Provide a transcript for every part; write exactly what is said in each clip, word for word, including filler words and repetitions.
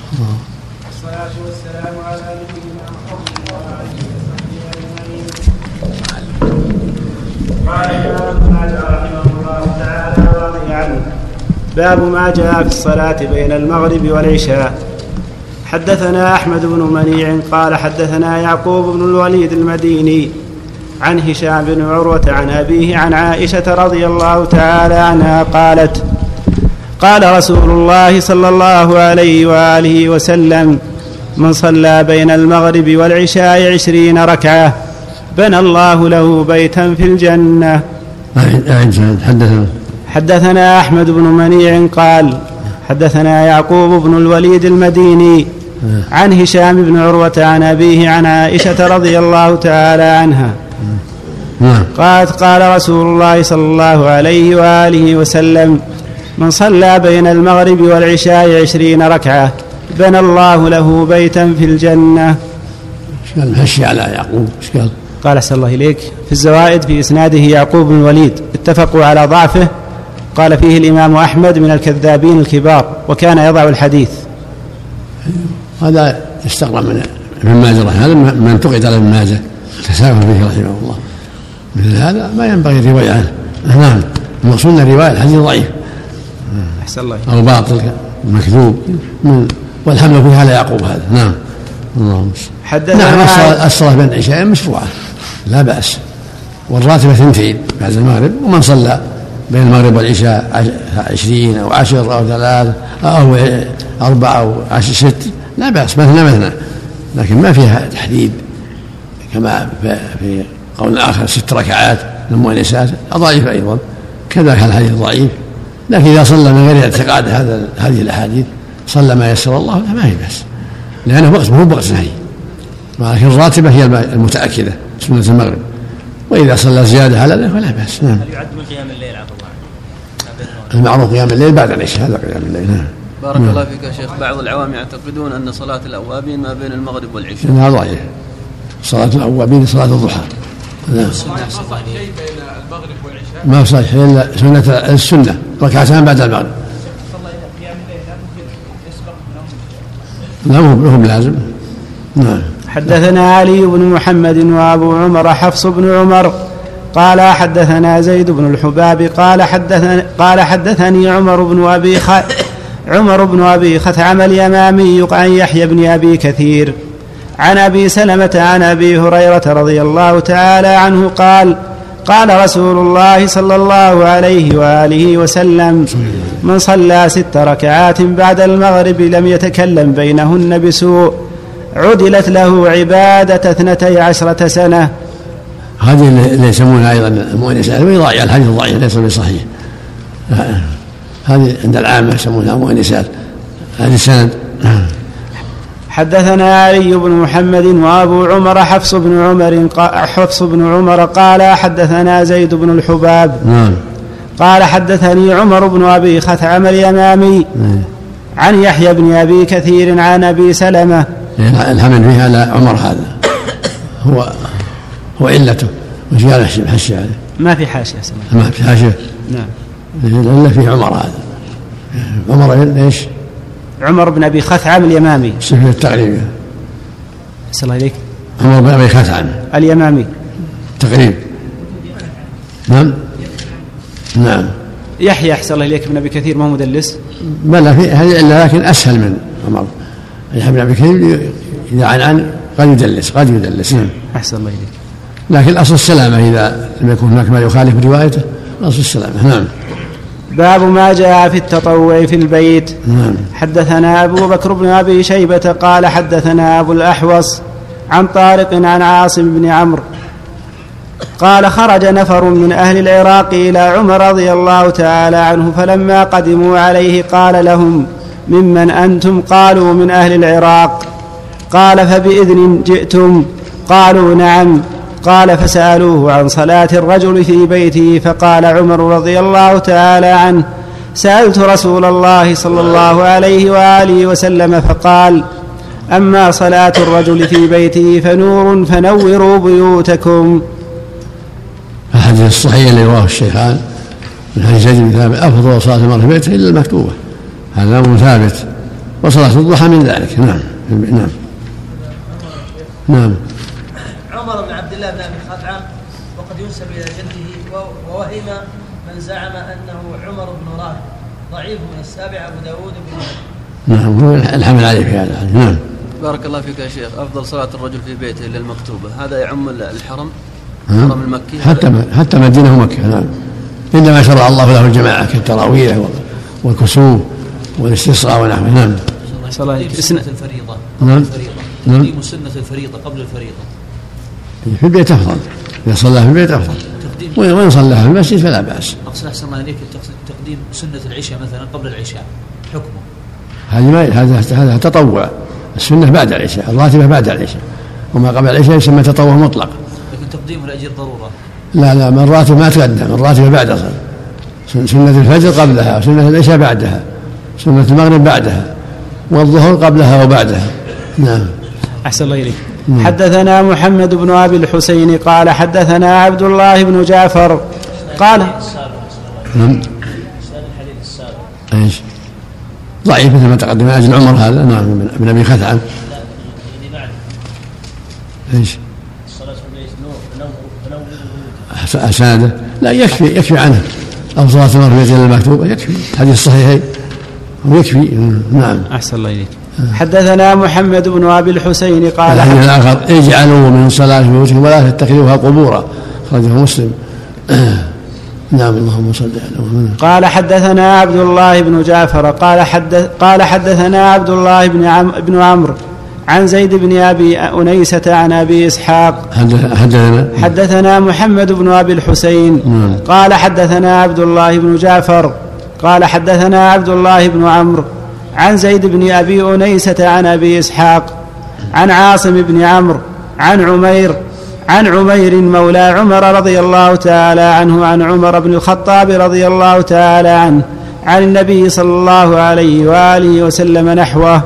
والصلاة والسلام على نبينا محمد وآله وصحبه أجمعين. قال الإمام مالك رحمه الله تعالى ورضي عنه: باب ما جاء في الصلاة بين المغرب والعشاء. حدثنا أحمد بن منيع قال حدثنا يعقوب بن الوليد المديني عن هشام بن عروة عن أبيه عن عائشة رضي الله تعالى عنها قالت: قال رسول الله صلى الله عليه وآله وسلم: من صلى بين المغرب والعشاء عشرين ركعة بنى الله له بيتا في الجنة. حدثنا حدثنا أحمد بن منيع قال حدثنا يعقوب بن الوليد المديني عن هشام بن عروة عن أبيه عن عائشة رضي الله تعالى عنها قالت: قال رسول الله صلى الله عليه وآله وسلم: من صلى بين المغرب والعشاء عشرين ركعة بنى الله له بيتا في الجنة. قال مشي على يعقوب. قال قال أحسن الله إليك في الزوائد في إسناده يعقوب بن الوليد اتفقوا على ضعفه. قال فيه الإمام أحمد من الكذابين الكبار وكان يضع الحديث. هذا استغرب من ابن ماجه، هذا من انتقد على ابن ماجه تساهل به رحمه الله. مثل هذا ما ينبغي الرواية عنه. نعم، المقصود ان رواية الحديث ضعيف أحسن الله أو باطل مكذوب والحمل فيه على يعقوب هذا. نعم. اللهم نعم. الصلاة بين العشاء مشروعة لا بأس، والراتبة ثنتين بعد المغرب، ومن صلى بين المغرب والعشاء عشرين أو عشر أو ثلاث أو أربعة أو عشر ست لا بأس، مثنى مثنى، لكن ما فيها تحديد كما في قول آخر ست ركعات للمؤنسات ضعيف أيضا، كذلك الحديث ضعيف. لكن إذا صلى من غير اعتقاد هذا هذه الأحاديث صلى ما يسر الله لا ما هي بأس، لأنه وقت مو وقت نهي، ولكن الراتبة هي المتأكدة سنة المغرب، وإذا صلى زيادة على ذلك فلا بأس. نعم. هل يعد من قيام الليل عفوا الله؟ المعروف قيام الليل بعد العشاء، هذا قيام الليل. نعم. بارك نعم. الله فيك يا شيخ. بعض العوام يعتقدون أن صلاة الأوابين ما بين المغرب والعشاء. هذا ضعيف. صلاة الأوابين صلاة الضحى. نعم. ما صحيح إلا سنة السنة ركعتان بعد المغرب. لا مو لازم. نعم. حدثنا علي بن محمد وأبو عمر حفص بن عمر قال حدثنا زيد بن الحباب قال حدثني قال حدثني عمر بن أبي خ... عمر بن أبي خثعم اليمامي عن يحيى بن أبي كثير عن أبي سلمة عن أبي هريرة رضي الله تعالى عنه قال: قال رسول الله صلى الله عليه وآله وسلم: من صلى ست ركعات بعد المغرب لم يتكلم بينهن بسوء عدلت له عبادة اثنتي عشرة سنة. هذه اللي يسمونها أيضا المؤنسات، ويضايع الحديث ضعيف ليس بصحيح. هذه عند العامة يسمونها مؤنسات. هذه السند. حدثنا علي بن محمد وأبو عمر حفص بن عمر حفص بن عمر قال حدثنا زيد بن الحباب نعم. قال حدثني عمر بن أبي خثعم اليمامي عن يحيى بن أبي كثير عن أبي سلمة. الحمل فيها على عمر هذا هو هو علته، وش قال حشي عليه؟ ما في حاشية. ما في حاشية. نعم. إلا في عمر هذا. عمر ايش؟ عمر بن أبي خثعم اليمامي. صفة التقريب. أسأل الله إليك. عمر بن أبي خثعم اليمامي تقريب. نعم. نعم. يحيى أحسن الله إليك بن أبي كثير ما هو مدلس؟ بلى في هذه إلا لكن أسهل من عمر. يحيى بن أبي كثير إذا عن عن قد يدلس قد يدلس. أحسن الله إليك. لكن الأصل السلامة إذا لم يكن هناك ما يخالف روايته، الأصل السلامة. نعم. باب ما جاء في التطوع في البيت. نعم. حدثنا أبو بكر بن أبي شيبة قال حدثنا أبو الأحوص عن طارق عن عاصم بن عمرو قال خرج نفر من أهل العراق إلى عمر رضي الله تعالى عنه، فلما قدموا عليه قال لهم: ممن أنتم؟ قالوا: من أهل العراق. قال: فبإذن جئتم؟ قالوا: نعم. قال: فسألوه عن صلاة الرجل في بيته، فقال عمر رضي الله تعالى عنه: سألت رسول الله صلى الله عليه وآله وسلم فقال: أما صلاة الرجل في بيته فنور فنوروا بيوتكم. الحديث الصحيح اللي رواه الشيخان من حديث زيد بن ثابت: أفضل صلاة المرء في بيته إلا المكتوبة. هذا أمر ثابت، وصلاة الضحى من ذلك. نعم نعم نعم. عمر بن عبد الله بن أبي خثعم وقد ينسب إلى جده، ووهم من زعم أنه عمر بن راهب، ضعيف من السابع أبو داود بن ماجه. نعم هو الحمل عليه في هذا. نعم. بارك الله فيك يا شيخ. أفضل صلاة الرجل في بيته إلا المكتوبة، هذا يعم الحرم الحرم المكي حتى حتى مدينة ومكة. نعم. إنما شرع الله له الجماعة كالتراويح والكسوف والاستسقاء ونحوه. نعم. صلاة سنة الفريضة. نعم. تقديم سنة الفريضة قبل الفريضة. في البيت أفضل، إذا صلى في البيت أفضل، وإن صلى في المسجد فلا بأس. أقصد أحسن الله إليك تقديم سنة العشاء مثلا قبل العشاء، حكمه هذه ما هذا هذا تطوع. السنة بعد العشاء، الراتبة بعد العشاء، وما قبل العشاء يسمى تطوع مطلق. لكن تقديمه لأجل الضرورة. لا لا، من الراتب ما تقدم، الراتبة بعد أصلا. سنة الفجر قبلها، وسنة العشاء بعدها، سنة المغرب بعدها، والظهر قبلها وبعدها. نعم. أحسن الله إليك. حدثنا محمد بن أبي الحسين قال حدثنا عبد الله بن جعفر قال نعم. ايش؟ ضعيف مثل ما تقدم أجل عمر هذا. نعم ابن أبي خثعم. ايش؟ أسناده لا يكفي يكفي عنه. أو صلاة النور في بيت المكتوبة يكفي، حديث الصحيحين ويكفي. نعم. أحسن الله إليك. حدثنا محمد بن أبي الحسين قال الحديث الآخر اجعلوا من صلاة بيوتكم ولا تتخذوها قبورا، أخرجه مسلم. نعم. اللهم صل على محمد. قال حدثنا عبد الله بن جعفر قال حدث قال حدثنا عبد الله بن عم بن عمرو عن زيد بن أبي أنيسة عن أبي إسحاق. حدثنا حدثنا محمد بن أبي الحسين قال حدثنا عبد الله بن جعفر قال حدثنا عبد الله بن عمرو عن زيد بن أبي أنيسة عن أبي إسحاق عن عاصم بن عمرو عن عمير عن عمير مولى عمر رضي الله تعالى عنه عن عمر بن الخطاب رضي الله تعالى عنه عن النبي صلى الله عليه وآله وسلم نحوه.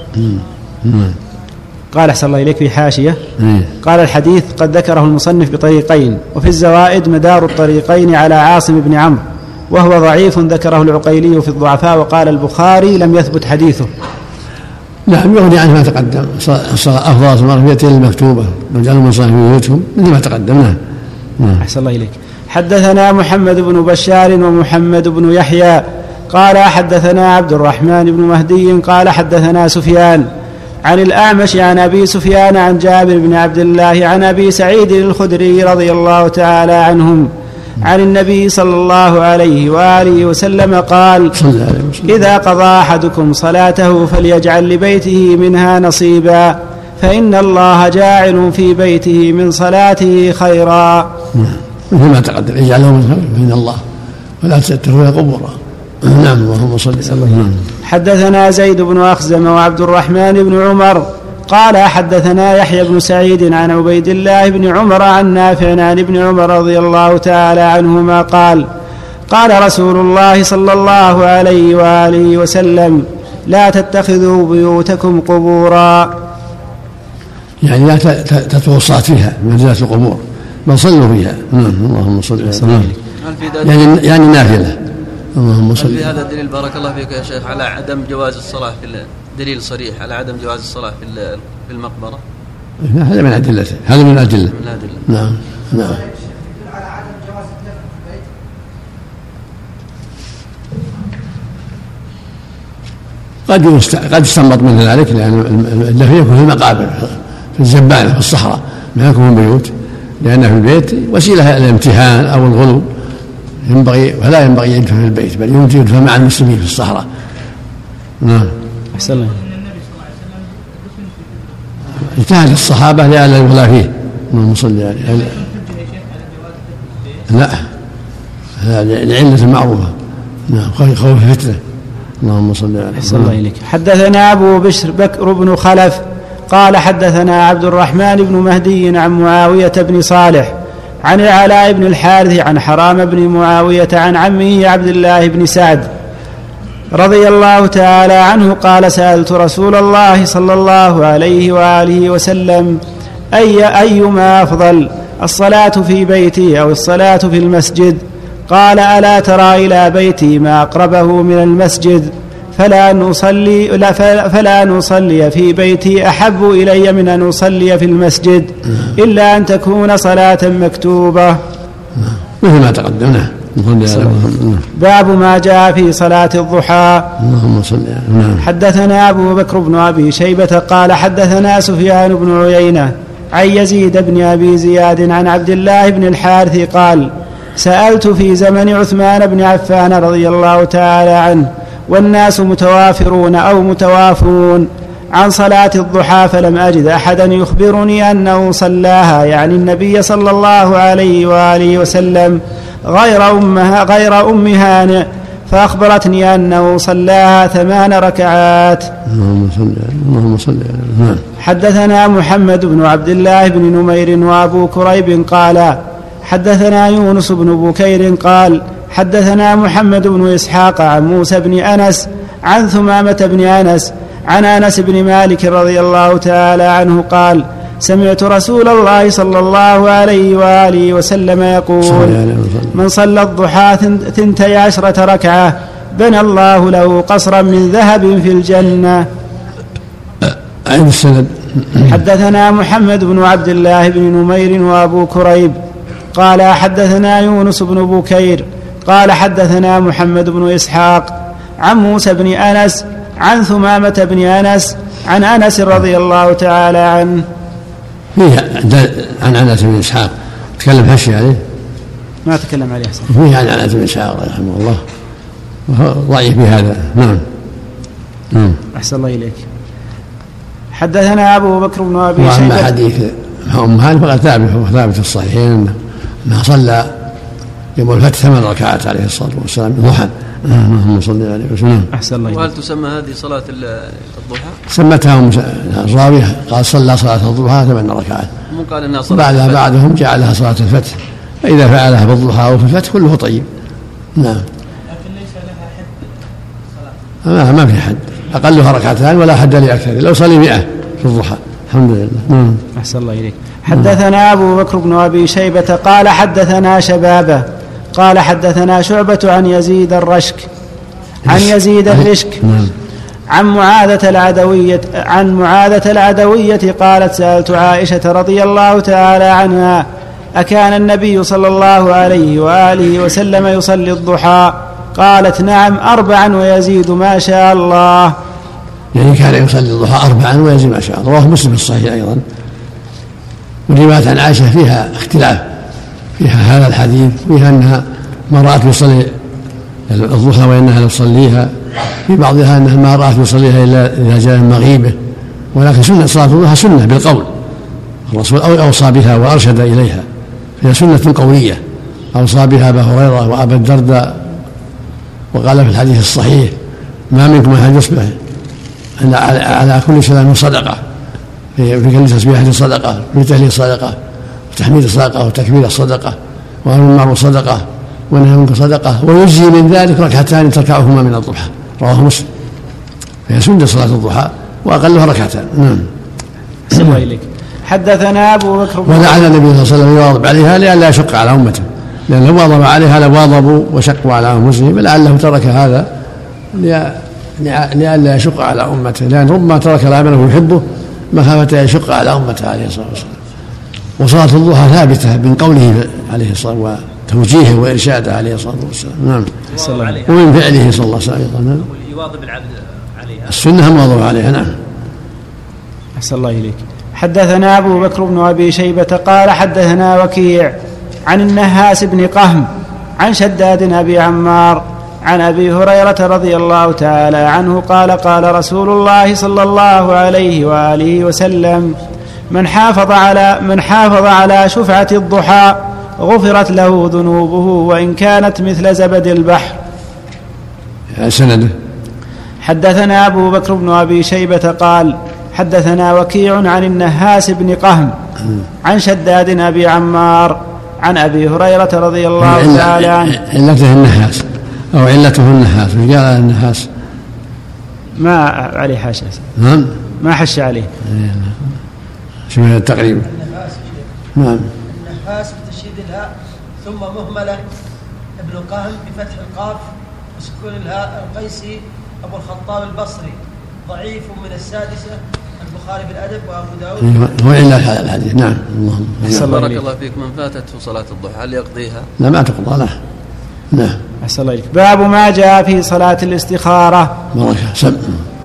قال أحسن الله إليك في حاشية قال الحديث قد ذكره المصنف بطريقين، وفي الزوائد مدار الطريقين على عاصم بن عمرو وهو ضعيف ذكره العقيلي في الضعفاء، وقال البخاري لم يثبت حديثه. نعم يغني عنه ما تقدم. أفضل صلاة في بيته المكتوبة وجعلوا من صلاة في بيوتهم مثل ما تقدم. نعم. أحسن الله إليك. حدثنا محمد بن بشار ومحمد بن يحيى قال حدثنا عبد الرحمن بن مهدي قال حدثنا سفيان عن الأعمش عن أبي سفيان عن جابر بن عبد الله عن أبي سعيد الخدري رضي الله تعالى عنهم عن النبي صلى الله عليه وآله وسلم قال إذا قضى أحدكم صلاته فليجعل لبيته منها نصيبا، فإن الله جاعل في بيته من صلاته خيرا. مثل ما تقدم اجعله من الله ولا تتخذوها قبورا. نعم. اللهم صل وسلم. حدثنا زيد بن أخزم وعبد الرحمن بن عمر قال حدثنا يحيى بن سعيد عن عبيد الله بن عمر عن نافع عن ابن عمر رضي الله تعالى عنهما قال قال رسول الله صلى الله عليه وآله وسلم لا تتخذوا بيوتكم قبورا، يعني لا تطووا الصلاة فيها منزلة القبور بل صلوا فيها. اللهم صل وسلم. يعني يعني نافلة. اللهم صل. في هذا الدليل بارك الله فيك يا شيخ على عدم جواز الصلاة في دليل صريح على عدم جواز الصلاة في في المقبرة. هذا من أدلته، هذا من الأدلة. من الأدلة. نعم نعم. قد قد يستنبط من ذلك، لأن الدفن يكون في المقابر في الزبالة في الصحراء ما يكون في البيوت، لأن في البيت وسيلة الامتحان أو الغلو، ينبغي ولا ينبغي يدفن في البيت بل يدفن مع المسلمين في الصحراء. نعم. أحسن الله. اجتهد الصحابة لئلا يغلى فيه. اللهم صل عليه. لا هذا العلة المعروفة. نعم. خوف الفتنة. اللهم صل عليه. أحسن الله إليك. حدثنا أبو بشر بكر بن خلف قال حدثنا عبد الرحمن بن مهدي عن معاوية بن صالح عن العلاء بن الحارث عن حرام بن معاوية عن عمه عبد الله بن سعد رضي الله تعالى عنه قال سألت رسول الله صلى الله عليه وآله وسلم أي أيما أفضل الصلاة في بيتي أو الصلاة في المسجد؟ قال ألا ترى إلى بيتي ما أقربه من المسجد؟ فلا نصلي لا فلا نصلي في بيتي أحب إلي من أن أصلي في المسجد إلا أن تكون صلاة مكتوبة. مثل ما تقدمنا. باب ما جاء في صلاة الضحى. اللهم صل. حدثنا أبو بكر بن أبي شيبة قال حدثنا سفيان بن عيينة عن يزيد بن أبي زياد عن عبد الله بن الحارث قال سألت في زمن عثمان بن عفان رضي الله تعالى عنه والناس متوافرون أو متوافون عن صلاة الضحى فلم أجد أحدا يخبرني أنه صلاها يعني النبي صلى الله عليه وآله وسلم غير أمها غير أم هانئ فأخبرتني أنه صلاها ثمان ركعات. اللهم صل. حدثنا محمد بن عبد الله بن نمير وأبو كريب قال حدثنا يونس بن بكير قال حدثنا محمد بن إسحاق عن موسى بن أنس عن ثمامة بن أنس عن أنس بن مالك رضي الله تعالى عنه قال سمعت رسول الله صلى الله عليه وآله وسلم يقول من صلى الضحى ثنتي عشرة ركعة بنى الله له قصرا من ذهب في الجنة. أين السند؟ حدثنا محمد بن عبد الله بن نمير وأبو كريب قال حدثنا يونس بن بكير قال حدثنا محمد بن إسحاق عن موسى بن أنس عن ثمامة بن أنس عن أنس رضي الله تعالى عنه. فيه عن أنس بن إسحاق تكلم حشي عليه ما تكلم عليه أحسن. فيه عن أنس بن إسحاق رحمه الله وهو ضعيف بهذا. نعم. نعم أحسن الله إليك. حدثنا أبو بكر بن أبي شيبة. وأما حديث أم هانئ فقد ثابت ثابت في الصحيحين أنه صلى يوم الفتح ثمان ركعات عليه الصلاة والسلام ضحى. اللهم صل عليه وسلم. أحسن الله. وهل تسمى هذه صلاة الضحى؟ سمتها الراوية قال صلى صلاة الضحى ثمان ركعات. مو قال إنها صلاة بعدها بعدهم جعلها صلاة الفتح فإذا فعلها بالضحى أو في الفتح كله طيب. نعم. لكن ليس لها حد صلاة. ما في حد أقلها ركعتان ولا حد لأكثر لو صلي مئة في الضحى. الحمد لله. نعم. أحسن الله إليك. حدثنا أبو بكر بن أبي شيبة قال حدثنا شبابه قال حدثنا شعبة عن يزيد الرشك عن يزيد الرشك عن معاذة العدوية عن معاذة العدوية قالت سألت عائشة رضي الله تعالى عنها أكان النبي صلى الله عليه وآله وسلم يصلي الضحى قالت نعم أربعا ويزيد ما شاء الله. يعني كان يصلي الضحى أربعا ويزيد ما شاء الله. رواه مسلم في الصحيح أيضا. ورواية عن عائشة فيها اختلاف فيها هذا الحديث فيها أنها ما رأت يصلي الضحى وإنها لو تصليها في بعضها أنها ما رأت يصليها إلا إذا جاء مغيبه ولكن سنة صلاة الضحى سنة بالقول الرسول أوصى بها وأرشد إليها فهي سنة قولية أوصى بها أبا هريرة وأبا الدرداء وقال في الحديث الصحيح ما منكم أحد يصبح على كل سلام صدقة في كل تسبيحة صدقة في تهليل صدقة وتحميد صدقة وتكبير صدقة وأمر بالمعروف صدقة ونهي عن المنكر صدقة ويجزي من ذلك ركعتان تركعهما من الضحى. رواه مسلم. فهي سنة صلاة الضحى وأقلها ركعتان. نعم. أحسن إليك. حدثنا أبو بكر ولعل النبي صلى الله عليه وسلم يواظب عليها لئلا يشق على أمته لأن لو واظب عليها لواظبوا وشقوا على أنفسهم لعله ترك هذا لئلا يشق على أمته لأن ربما ترك العمل ويحبه مخافة يشق على أمته عليه الصلاة والسلام. وصلاة الضحى ثابتة من قوله عليه الصلاة والسلام وتوجيهه وإرشاده عليه الصلاة والسلام. نعم. ومن فعله صلى الله عليه وسلم يواظب العبد عليها السنة مواظب عليها. نعم. أحسن الله إليك. حدثنا أبو بكر بن أبي شيبة قال حدثنا وكيع عن النهاس بن قهم عن شداد أبي عمار عن أبي هريرة رضي الله تعالى عنه قال قال رسول الله صلى الله عليه وآله وسلم من حافظ على من حافظ على شفعة الضحى غفرت له ذنوبه وإن كانت مثل زبد البحر. سنده. حدثنا أبو بكر بن أبي شيبة قال حدثنا وكيع عن النهاس بن قهم عن شداد أبي عمار عن أبي هريرة رضي الله تعالى عنه. علته النهاس أو علته النهاس قال النهاس ما عليه حاشا. نعم. ما حش عليه. شو من التقريب. نعم. النهاس بتشديد الهاء ثم مهملة ابن قهم بفتح القاف وسكون الهاء القيسي أبو الخطاب البصري ضعيف من السادسة، البخاري في الأدب وأبو داود هو إلا هذا الحديث. نعم. اللهم بارك الله فيك. من فاتته صلاة الضحى هل يقضيها؟ لا ما تقضى له. نعم. أحسن الله إليك. باب ما جاء في صلاة الاستخارة. بركة.